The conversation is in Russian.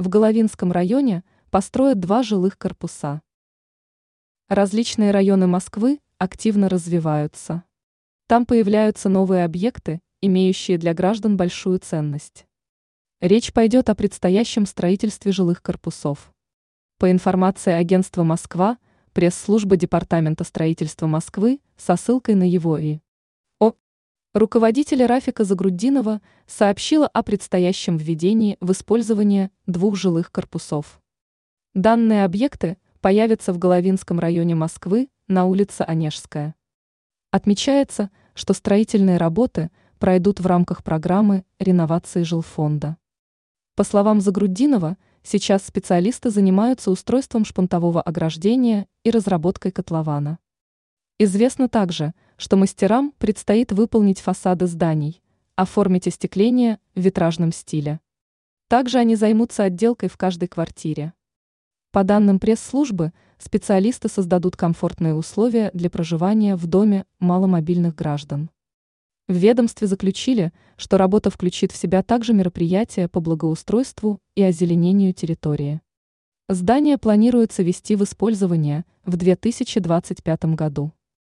В Головинском районе построят 2 жилых корпуса. Различные районы Москвы активно развиваются. Там появляются новые объекты, имеющие для граждан большую ценность. Речь пойдет о предстоящем строительстве жилых корпусов. По информации агентства «Москва», пресс-служба Департамента строительства Москвы со ссылкой на его ИО, руководитель Рафика Загруддинова сообщила о предстоящем введении в использование 2 жилых корпусов. Данные объекты появятся в Головинском районе Москвы на улице Онежская. Отмечается, что строительные работы пройдут в рамках программы реновации жилфонда. По словам Загруддинова, сейчас специалисты занимаются устройством шпунтового ограждения и разработкой котлована. Известно также, что мастерам предстоит выполнить фасады зданий, оформить остекление в витражном стиле. Также они займутся отделкой в каждой квартире. По данным пресс-службы, специалисты создадут комфортные условия для проживания в доме маломобильных граждан. В ведомстве заключили, что работа включит в себя также мероприятия по благоустройству и озеленению территории. Здание планируется ввести в использование в 2025 году.